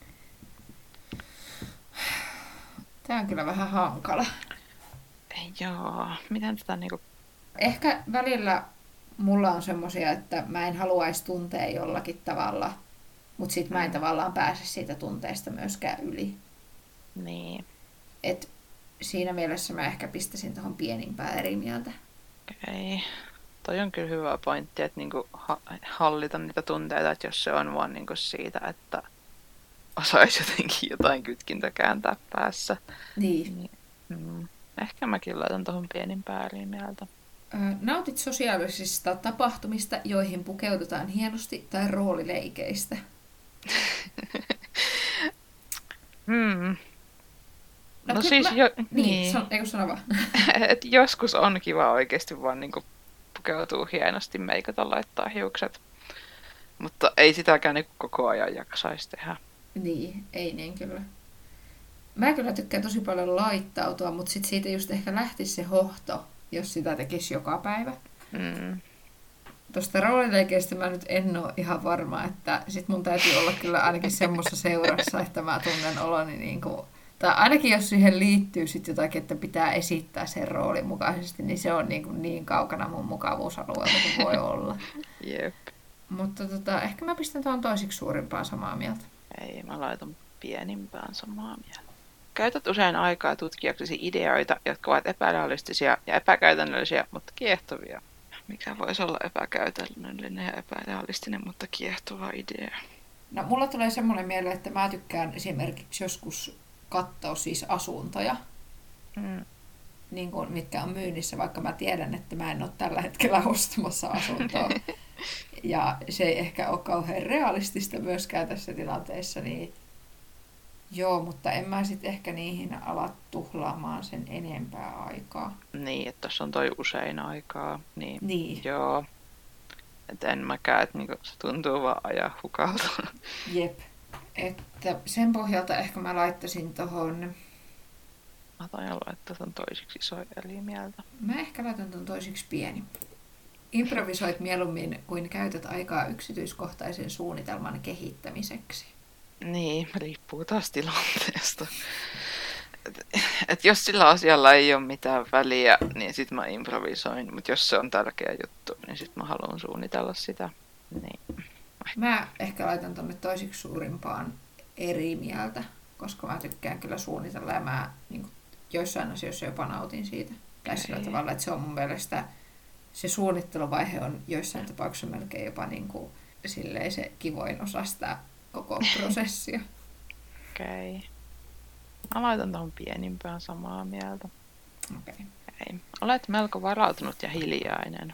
S1: Tää on kyllä vähän hankala.
S2: Ei, joo. Miten tätä niinku...
S1: Ehkä välillä mulla on semmosia, että mä en haluaisi tuntea jollakin tavalla, mutta sit mä en tavallaan pääse siitä tunteesta myöskään yli.
S2: Niin.
S1: Et siinä mielessä mä ehkä pistäisin tuohon pienimpään eri mieltä.
S2: Okei. Toi on kyllä hyvä pointti, että niinku ha- hallita niitä tunteita, että jos se on vaan niinku siitä, että osaisi jotenkin jotain kytkintä kääntää päässä.
S1: Niin.
S2: Niin. Mm. Ehkä mäkin laitan tuohon pienimpään eri mieltä.
S1: Nautit sosiaalisista tapahtumista, joihin pukeudutaan hienosti, tai roolileikeistä?
S2: hmm.
S1: No,
S2: no
S1: kyllä
S2: siis
S1: mä...
S2: jo...
S1: Niin,
S2: niin.
S1: San... eikö sano vaan?
S2: Et joskus on kiva oikeasti vaan niinku pukeutuu hienosti, meikata, laittaa hiukset. Mutta ei sitäkään niinku koko ajan jaksaisi tehdä.
S1: Niin, ei niin kyllä. Mä kyllä tykkään tosi paljon laittautua, mutta sit siitä just ehkä lähtisi se hohto, jos sitä tekisi joka päivä.
S2: Mm.
S1: Tuosta roolileikeistä mä nyt en ole ihan varma, että sit mun täytyy olla kyllä ainakin semmoisessa seurassa, että mä tunnen oloni niin kuin, tai ainakin jos siihen liittyy sit jotakin, että pitää esittää sen roolin mukaisesti, niin se on niin, kuin niin kaukana mun mukavuusalueelta kuin voi olla.
S2: Jep.
S1: Mutta tota, ehkä mä pistän tuon toisiksi suurimpaan samaa mieltä.
S2: Ei, mä laitan pienimpään samaa mieltä. Käytät usein aikaa tutkijaksesi ideoita, jotka ovat epärealistisia ja epäkäytännöllisiä, mutta kiehtovia. Mikä voisi olla epäkäytännöllinen ja epärealistinen, mutta kiehtova idea?
S1: No, mulla tulee semmoinen mieleen, että mä tykkään esimerkiksi joskus katsoa siis asuntoja,
S2: Mm.
S1: niin kuin, mitkä on myynnissä, vaikka mä tiedän, että mä en ole tällä hetkellä ostamassa asuntoa. Ja se ei ehkä ole kauhean realistista myöskään tässä tilanteessa, niin joo, mutta en mä sitten ehkä niihin ala tuhlaamaan sen enempää aikaa.
S2: Niin, että tuossa on toi usein aikaa. Niin,
S1: Niin.
S2: joo. Et en mäkään, että niinku, se tuntuu vaan ajan hukalta.
S1: Jep. Että sen pohjalta ehkä mä laittaisin tohon...
S2: Mä taidan laittaa ton toisiksi isoja eli mieltä.
S1: Mä ehkä laitan ton toisiksi pieni. Improvisoit mieluummin kuin käytät aikaa yksityiskohtaisen suunnitelman kehittämiseksi.
S2: Niin, riippuu taas tilanteesta. Et, et jos sillä asialla ei ole mitään väliä, niin sit mä improvisoin. Mutta jos se on tärkeä juttu, niin sit mä haluan suunnitella sitä. Niin.
S1: Mä ehkä laitan tonne toisiksi suurimpaan eri mieltä, koska mä tykkään kyllä suunnitella ja mä niin kuin, joissain asioissa jopa nautin siitä. Tai sillä tavalla, että se on mun mielestä, se suunnitteluvaihe on joissain tapauksissa melkein jopa niin kuin, silleen se kivoin osa sitä koko prosessia.
S2: Okei. Okay. Mä laitan tuohon pienimpään samaa mieltä.
S1: Okei. Okay.
S2: Okay. Olet melko varautunut ja hiljainen.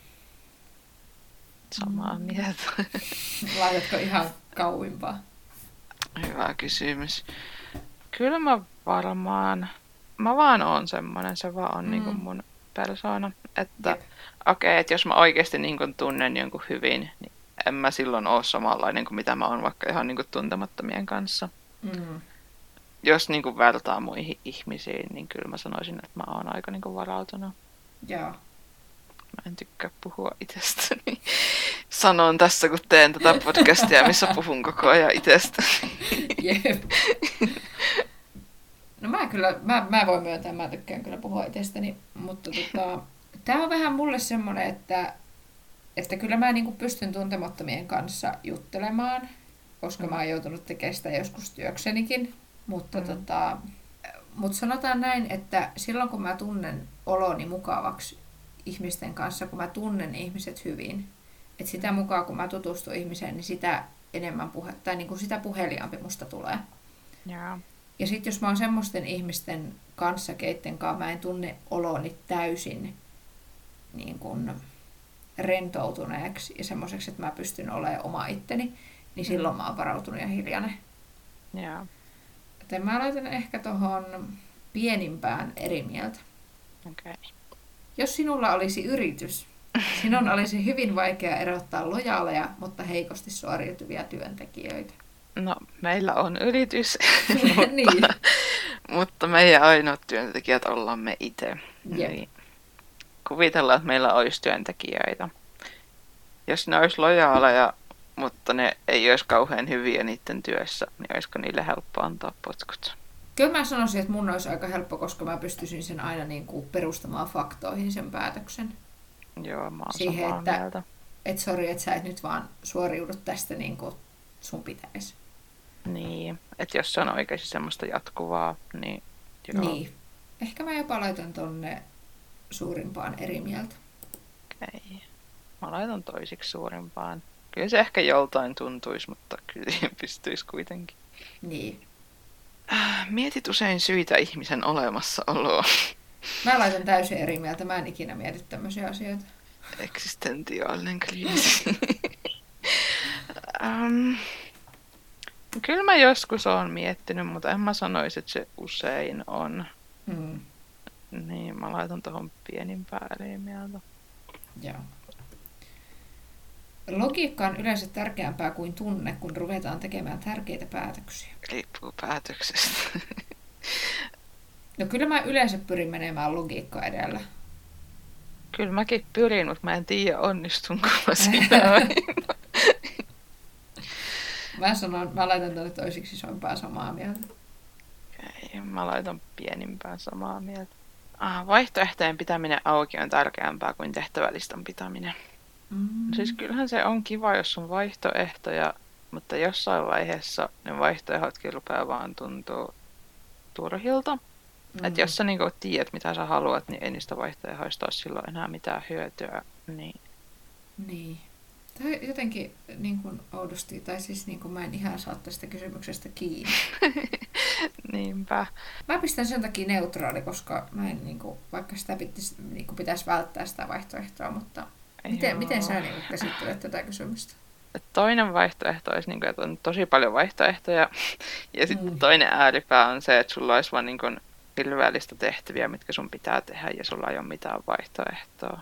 S2: Samaa
S1: Mm.
S2: mieltä.
S1: Laitatko ihan kauimpaa?
S2: Hyvä kysymys. Kyllä mä varmaan, mä vaan oon semmonen, se vaan on mm. niinku mun persoona. Että okei, okay, että jos mä oikeesti niinku tunnen jonkun hyvin, niin en mä silloin oo samanlainen kuin mitä mä oon vaikka ihan niinku tuntemattomien kanssa.
S1: Mm.
S2: Jos niinku vertaa muihin ihmisiin, niin kyllä mä sanoisin, että mä oon aika niinku varautunut.
S1: Joo.
S2: Mä en tykkää puhua itsestäni. Sanon tässä, kun teen tätä podcastia, missä puhun koko ajan itsestäni.
S1: Jep. No mä kyllä, mä, mä voin myöntää, mä tykkään kyllä puhua itsestäni, mutta tota, tää on vähän mulle semmonen, että, että kyllä mä niinku pystyn tuntemattomien kanssa juttelemaan, koska mä oon joutunut tekemään sitä joskus työksenikin, mutta mm. tota, mut sanotaan näin, että silloin kun mä tunnen oloni mukavaksi ihmisten kanssa, kun mä tunnen ihmiset hyvin, että sitä mukaan kun mä tutustun ihmiseen, niin sitä enemmän puhe, tai niin kuin sitä puheliaampi musta tulee.
S2: Yeah.
S1: Ja sitten jos mä oon semmoisten ihmisten kanssa, keitten kanssa mä en tunne oloni täysin niin kun rentoutuneeksi ja semmoiseksi, että mä pystyn olemaan oma itteni, niin silloin mä oon varautunut ja hiljainen.
S2: Joo.
S1: Joten mä laitan ehkä tohon pienimpään eri mieltä.
S2: Okei. Okay.
S1: Jos sinulla olisi yritys, sinun olisi hyvin vaikea erottaa lojaaleja, mutta heikosti suoriutuvia työntekijöitä.
S2: No, meillä on yritys,
S1: Niin.
S2: mutta, mutta meidän ainoat työntekijät ollaan me itse.
S1: Jep.
S2: Eli kuvitellaan, että meillä olisi työntekijöitä. Jos ne olisi lojaaleja, mutta ne ei olisi kauhean hyviä niiden työssä, niin olisiko niille helppo antaa potkut?
S1: Kyllä mä sanoisin, että mun olisi aika helppo, koska mä pystyisin sen aina niin kuin perustamaan faktoihin sen päätöksen.
S2: Joo, mä oon
S1: Siihen,
S2: samaa
S1: että
S2: mieltä.
S1: et sori, että sä et nyt vaan suoriudu tästä niin kuin sun pitäisi.
S2: Niin, että jos se on oikeasti semmoista jatkuvaa, niin joo.
S1: Niin. Ehkä mä jopa laitan tonne suurimpaan eri mieltä.
S2: Okei. Mä laitan toisiksi suurimpaan. Kyllä se ehkä joltain tuntuisi, mutta kyllä siihen pystyisi kuitenkin.
S1: Niin.
S2: Äh, Mietit usein syitä ihmisen olemassaoloa.
S1: Mä laitan täysin eri mieltä. Mä en ikinä mieti tämmöisiä asioita.
S2: Eksistentiaalinen kriisi. um, kyllä mä joskus oon miettinyt, mutta en mä sanoisi, että se usein on.
S1: Hmm.
S2: Niin, mä laitan tuohon pienimpään eri mieltä.
S1: Joo. Logiikka on yleensä tärkeämpää kuin tunne, kun ruvetaan tekemään tärkeitä päätöksiä.
S2: Riippuu päätöksestä.
S1: No kyllä mä yleensä pyrin menemään logiikka edellä.
S2: Kyllä mäkin pyrin, mutta mä en tiedä onnistunko mä siinä aina.
S1: Mä sanon, mä laitan tuonne toisiksi isompaa samaa mieltä.
S2: Ei, mä laitan pienimpään samaa mieltä. Ah, vaihtoehtojen pitäminen auki on tärkeämpää kuin tehtävälistan pitäminen.
S1: Mm.
S2: Siis kyllähän se on kiva, jos on vaihtoehtoja, mutta jossain vaiheessa ne vaihtoehdotkin rupeaa vaan tuntuu turhilta.
S1: Mm.
S2: Että jos sä niinku tiedät, mitä sä haluat, niin ei niistä vaihtoehdoista ole silloin enää mitään hyötyä. Niin.
S1: Niin. Tai jotenkin niin kuin oudosti, tai siis niin kuin mä en ihan saa tästä kysymyksestä kiinni.
S2: Niinpä.
S1: Mä pistän sen takia neutraali, koska mä en, niin kuin, vaikka sitä pitäisi, niin kuin pitäisi välttää sitä vaihtoehtoa, mutta miten, miten sä niin kuin käsittelet tätä kysymystä?
S2: Toinen vaihtoehto olisi, niin kuin, että on tosi paljon vaihtoehtoja, ja sitten
S1: Mm.
S2: toinen ääripää on se, että sulla olisi vaan niin kuin hirveällistä tehtäviä, mitkä sun pitää tehdä, ja sulla ei ole mitään vaihtoehtoa.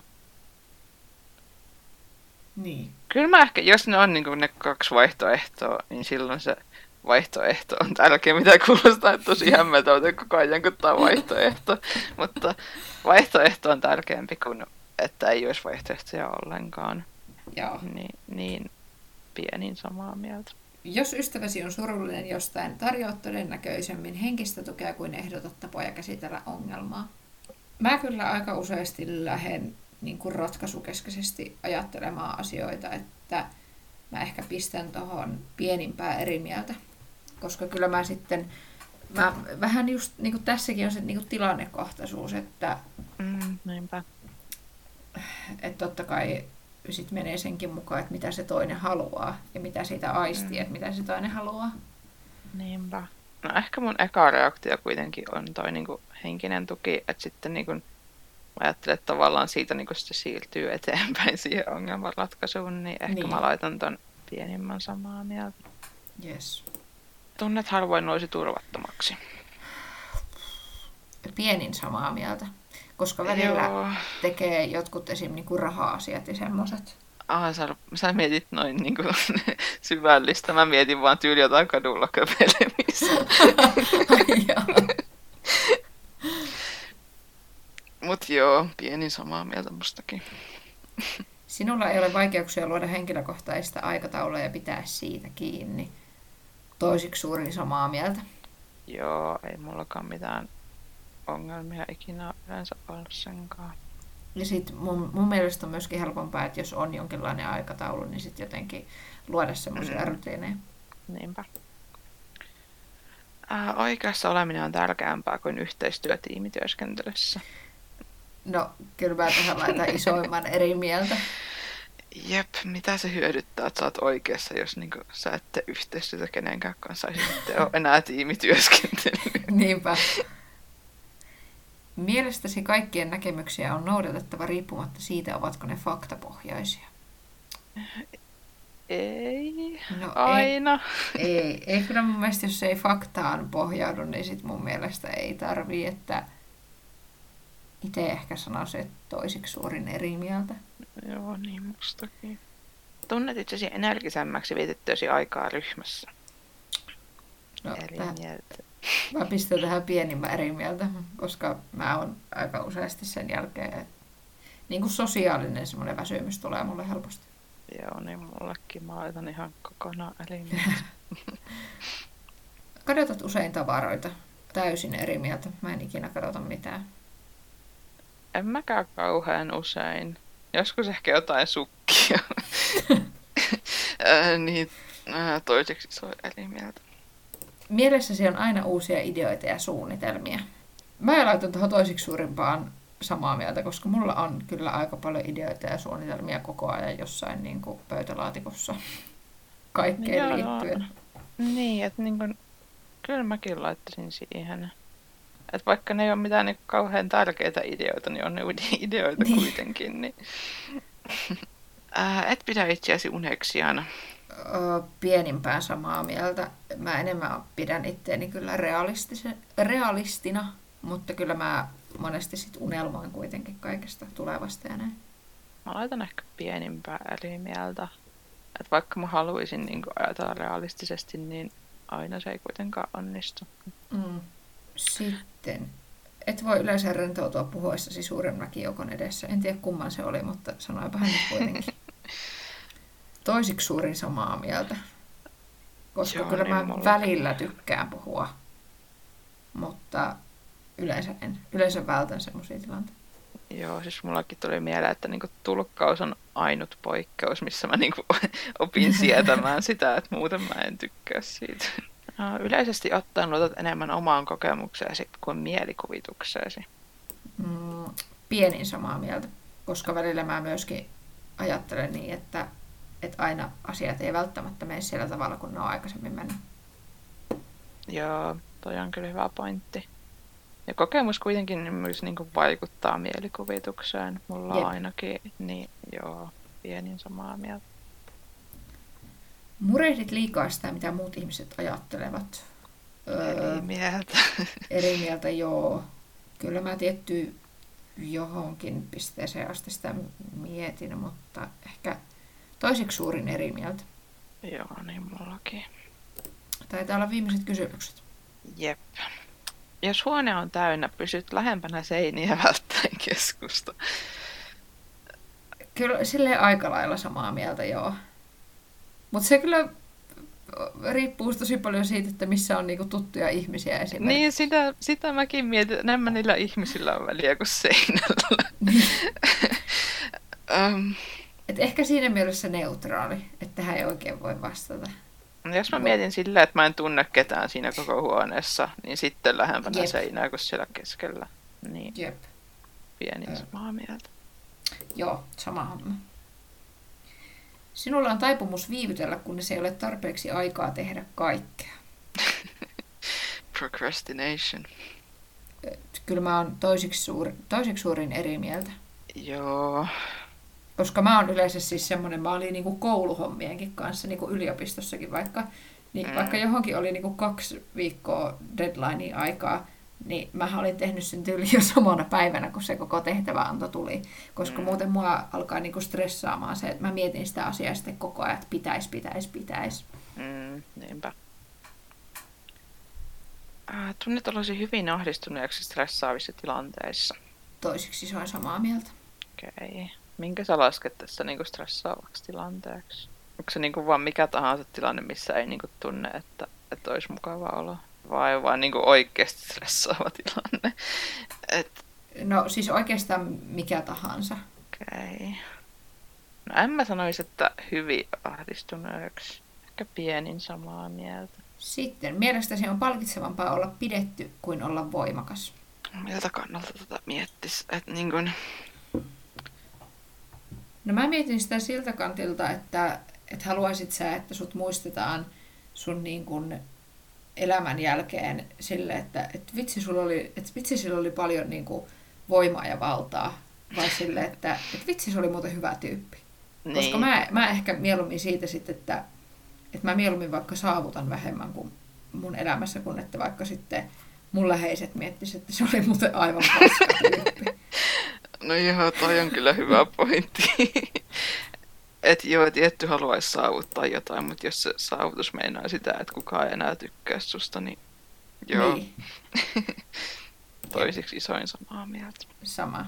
S1: Niin.
S2: Kyllä mä ehkä, jos ne on niin kuin ne kaksi vaihtoehtoa, niin silloin se vaihtoehto on tärkeä, mitä kuulostaa, että tosi hämmentävältä koko ajan, kun tämä on vaihtoehto. Mutta vaihtoehto on tärkeämpi kuin, että ei olisi vaihtoehtoja ollenkaan.
S1: Joo.
S2: Niin, niin pienin samaa mieltä.
S1: Jos ystäväsi on surullinen jostain, tarjoat todennäköisemmin henkistä tukea kuin ehdotat tapoja käsitellä ongelmaa. Mä kyllä aika useasti lähden niin kuin ratkaisukeskeisesti ajattelemaan asioita, että mä ehkä pistän tohon pienimpää eri mieltä. Koska kyllä mä sitten, mä vähän just niin kuin tässäkin on se niin kuin tilannekohtaisuus, että,
S2: Mm, niinpä.
S1: että totta kai sit menee senkin mukaan, että mitä se toinen haluaa ja mitä siitä aistii,
S2: Mm.
S1: että mitä se toinen haluaa.
S2: Niinpä. No ehkä mun eka reaktio kuitenkin on toi niinku henkinen tuki, että sitten niinku ajattelen, että tavallaan siitä niinku se siirtyy eteenpäin siihen ongelmanratkaisuun, niin ehkä
S1: Niin.
S2: mä laitan ton pienimmän samaa mieltä.
S1: Yes.
S2: Tunnet harvoin nousi turvattomaksi.
S1: Pienin samaa mieltä, koska välillä
S2: Joo.
S1: tekee jotkut esim. Niinku raha-asiat ja semmoset.
S2: Ah, sä, sä mietit noin niinku syvällistä. Mä mietin vaan tyyli jotain kadulla köpelemistä.
S1: Joo.
S2: Mut joo, pieni samaa mieltä mustakin.
S1: Sinulla ei ole vaikeuksia luoda henkilökohtaista aikataulua ja pitää siitä kiinni. Toisiksi suurin samaa mieltä.
S2: Joo, ei mullakaan mitään ongelmia ikinä yleensä ollut senkaan.
S1: Ja sit mun, mun mielestä on myöskin helpompaa, että jos on jonkinlainen aikataulu, niin sit jotenkin luoda semmoisia
S2: Mm.
S1: rutiineja.
S2: Niinpä. Ää, oikeassa oleminen on tärkeämpää kuin yhteistyö tiimityöskentelyssä.
S1: No, kyllä mä tähän laitan isoimman eri mieltä.
S2: Jep, mitä se hyödyttää, että sä oot oikeassa, jos niinku, sä et tee yhteistyötä kenenkään kanssa, ei sitten ole enää tiimityöskentelyä.
S1: Niinpä. Mielestäsi kaikkien näkemyksiä on noudatettava riippumatta siitä, ovatko ne faktapohjaisia?
S2: Ei,
S1: No
S2: aina.
S1: Ei, ei, ei kyllä mun mielestä, jos se ei faktaan pohjaudu, niin sit mun mielestä ei tarvii, että itse ehkä sanoisin, että toisiksi suurin eri mieltä.
S2: Joo, niin mustakin. Tunnet itsesi energisemmäksi vietettyäsi aikaa ryhmässä.
S1: No,
S2: Eri
S1: tähän,
S2: mieltä.
S1: mä pistän tähän pienimmän eri mieltä, koska mä oon aika useasti sen jälkeen, että niin kuin sosiaalinen semmoinen väsymys tulee mulle helposti.
S2: Joo, niin mullekin. Mä laitan ihan kokonaan eri mieltä.
S1: Kadotat usein tavaroita. Täysin eri mieltä. Mä en ikinä kadota mitään.
S2: En mäkään kauhean usein. Joskus ehkä jotain sukkia. äh, niin äh, toiseksi se on eri mieltä.
S1: Mielessäsi on aina uusia ideoita ja suunnitelmia. Mä laitan tuohon toisiksi suurimpaan samaa mieltä, koska mulla on kyllä aika paljon ideoita ja suunnitelmia koko ajan jossain niin kuin pöytälaatikossa kaikkeen
S2: Joo,
S1: liittyen.
S2: Niin, että niin kun, kyllä mäkin laittaisin siihen. Että vaikka ne ei ole mitään niin kauhean tärkeitä ideoita, niin on ne ideoita
S1: Niin.
S2: kuitenkin. Niin. Ää, et pidä itseäsi uneksiana.
S1: Ö, pienimpään samaa mieltä. Mä enemmän pidän itteeni kyllä realistina, mutta kyllä mä monesti sit unelmoin kuitenkin kaikesta tulevasta ja näin.
S2: Mä laitan ehkä pienimpää eri mieltä. Että vaikka mä haluaisin niin kuin ajatella realistisesti, niin aina se ei kuitenkaan onnistu.
S1: Mm. Sitten, et voi yleensä rentoutua puhuessasi suuren väkijoukon edessä. En tiedä kumman se oli, mutta sanoinpa hän nyt kuitenkin. Toisiksi suurin samaa mieltä. Koska
S2: Joo,
S1: kyllä
S2: niin
S1: mä
S2: mullakin.
S1: välillä tykkään puhua, mutta yleensä en. Yleensä vältän semmoisia tilanteita.
S2: Joo, siis mullakin tuli mieleen, että niinku tulkkaus on ainut poikkeus, missä mä niinku opin sietämään sitä, että muuten mä en tykkää siitä. No, yleisesti ottaen luotat enemmän omaan kokemukseesi kuin mielikuvitukseesi.
S1: Mm, pienin samaa mieltä, koska välillä mä myöskin ajattelen niin, että, että aina asiat ei välttämättä mene sillä tavalla, kun ne on aikaisemmin mennyt.
S2: Joo, toi on kyllä hyvä pointti. Ja kokemus kuitenkin myös niinku vaikuttaa mielikuvitukseen. Mulla
S1: Jep.
S2: on ainakin, niin joo, pienin samaa mieltä.
S1: Murehdit liikaa sitä, mitä muut ihmiset ajattelevat.
S2: Eri mieltä.
S1: Eri mieltä, joo. Kyllä mä tietty johonkin pisteeseen asti sitä mietin, mutta ehkä toiseksi suurin eri mieltä.
S2: Joo, niin mullakin.
S1: Taitaa olla viimeiset kysymykset.
S2: Jep. Jos huone on täynnä, pysyt lähempänä seiniä välttäen keskusta.
S1: Kyllä silleen aika lailla samaa mieltä, joo. Mutta se kyllä riippuu tosi paljon siitä, että missä on niinku tuttuja ihmisiä esimerkiksi.
S2: Niin, sitä, sitä mäkin mietin, että enemmän niillä ihmisillä on väliä kuin seinällä. um,
S1: Et ehkä siinä mielessä neutraali, että tähän ei oikein voi vastata.
S2: jos mä mietin silleen, että mä en tunne ketään siinä koko huoneessa, niin sitten lähempänä
S1: Jep.
S2: seinää kuin siellä keskellä. Niin,
S1: Jep.
S2: pienin
S1: Ö.
S2: samaa mieltä.
S1: Joo, sama homma. Sinulla on taipumus viivytellä, kunnes ei ole tarpeeksi aikaa tehdä kaikkea.
S2: Procrastination.
S1: Kyllä mä oon toisiksi, suuri, toisiksi suurin eri mieltä.
S2: Joo.
S1: Koska mä oon yleensä siis semmoinen, mä olin niinku kouluhommienkin kanssa, niinku yliopistossakin vaikka, niin
S2: Mm.
S1: vaikka johonkin oli niinku kaksi viikkoa deadlinea aikaa, niin mä olin tehnyt sen tyyli jo samana päivänä, kun se koko tehtäväanto tuli. Koska
S2: Mm.
S1: muuten mua alkaa niinku stressaamaan se, että mä mietin sitä asiaa sitten koko ajan, että pitäis, pitäis, pitäis.
S2: Mm, niinpä. Äh, tunnet olesi hyvin ahdistuneeksi stressaavissa tilanteissa.
S1: Toisiksi se on samaa mieltä.
S2: Okei. Okay. Minkä sä lasket tässä niinku stressaavaksi tilanteeksi? Onko se niinku vaan mikä tahansa tilanne, missä ei niinku tunne, että, että olisi mukava olo? Vai vaan niinku oikeasti stressaava tilanne? Et,
S1: No siis oikeastaan mikä tahansa.
S2: okei. Okay. No en mä sanoisi, että hyvin ahdistuneeksi. Ehkä pienin samaa mieltä.
S1: Sitten mielestäsi on palkitsevampaa olla pidetty kuin olla voimakas.
S2: Miltä kannalta tätä miettis? Että niin kun,
S1: No mä mietin sitä siltä kantilta, että, että haluaisit sä, että sut muistetaan sun niin kuin elämän jälkeen sille, että, että, vitsi, sulla oli, että vitsi sillä oli paljon niin kuin voimaa ja valtaa, vai sille, että, että vitsi se oli muuten hyvä tyyppi. Niin. Koska mä, mä ehkä mieluummin siitä sitten, että, että mä mieluummin vaikka saavutan vähemmän kuin mun elämässä, kun että vaikka sitten mun läheiset miettisivät, että se oli muuten aivan paska tyyppi.
S2: No joo, toi on kyllä hyvä pointti. Että joo, tietty haluaisi saavuttaa jotain, mutta jos se saavutus meinaa sitä, että kukaan ei enää tykkää susta, niin joo. Niin. Toisiksi isoin samaa mieltä.
S1: Sama.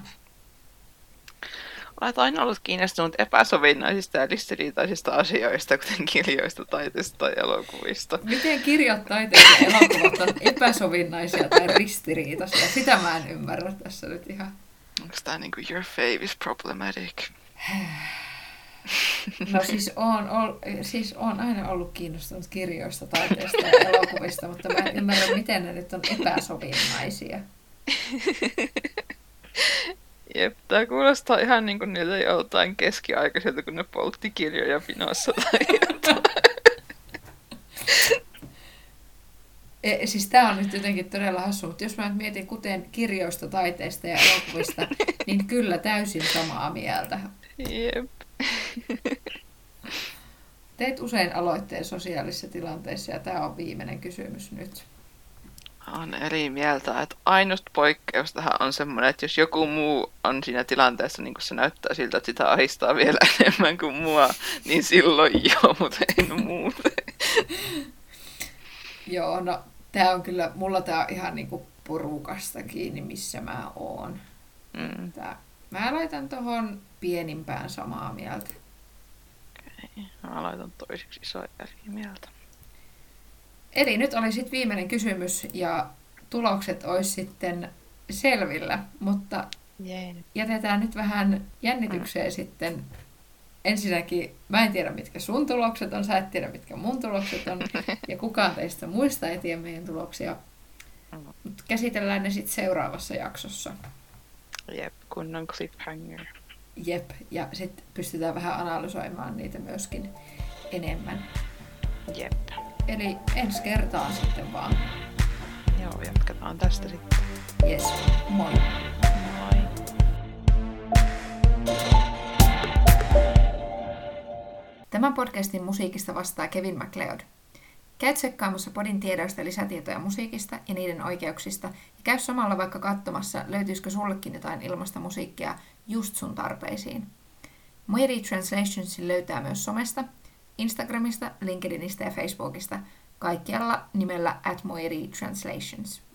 S2: Olet aina ollut kiinnostunut epäsovinnaisista ja ristiriitaisista asioista, kuten kirjoista, taiteesta tai elokuvista.
S1: Miten kirjat, taiteet ja elokuvat on epäsovinnaisia tai ristiriitaisia? Sitä mä en ymmärrä tässä nyt ihan.
S2: Onko tää niinku your fave is problematic?
S1: No siis on, ol, siis on aina ollut kiinnostunut kirjoista, taiteesta ja elokuvista, mutta mä en ymmärrä, miten ne nyt on epäsovinnaisia.
S2: Jep, tää kuulostaa ihan niinku niiltä joltain keskiaikaiselta, kun ne poltti kirjoja pinossa tai jotain.
S1: E, siis tää on nyt jotenkin todella hassu, mutta jos mä nyt mietin kuten kirjoista, taiteista ja elokuvista, niin kyllä täysin samaa mieltä.
S2: Jep.
S1: Teet usein aloitteen sosiaalisissa tilanteissa ja tää on viimeinen kysymys nyt.
S2: On eri mieltä, että ainut poikkeus tähän on semmoinen, että jos joku muu on siinä tilanteessa, niin kun se näyttää siltä, että sitä ahistaa vielä enemmän kuin mua, niin silloin joo, mutta en muuten.
S1: Joo, no tää on kyllä, mulla tää on ihan niinku porukasta kiinni, missä mä oon. Mm. Tää, mä laitan tohon pienimpään samaa mieltä.
S2: Okei, mä laitan toiseksi isoja eri mieltä.
S1: Eli nyt oli sitten viimeinen kysymys ja tulokset olisi sitten selvillä, mutta
S2: Jee.
S1: jätetään nyt vähän jännitykseen mm. sitten. Ensinnäkin mä en tiedä, mitkä sun tulokset on, sä et tiedä, mitkä mun tulokset on, ja kukaan teistä muista ei tiedä meidän tuloksia. Mm. Mutta käsitellään ne sitten seuraavassa jaksossa.
S2: Jep, kunnon cliffhanger.
S1: Jep, ja sitten pystytään vähän analysoimaan niitä myöskin enemmän.
S2: Jep.
S1: Eli ensi kertaan sitten vaan.
S2: Joo, jatketaan tästä sitten.
S1: Jes, moi.
S2: Moi.
S1: Tämän podcastin musiikista vastaa Kevin MacLeod. Käy tsekkaamassa podin tiedoista lisätietoja musiikista ja niiden oikeuksista, ja käy samalla vaikka katsomassa, löytyisikö sullekin jotain ilmasta musiikkia just sun tarpeisiin. Moiri Translationsin löytää myös somesta, Instagramista, LinkedInistä ja Facebookista, kaikkialla nimellä at Moiri Translations.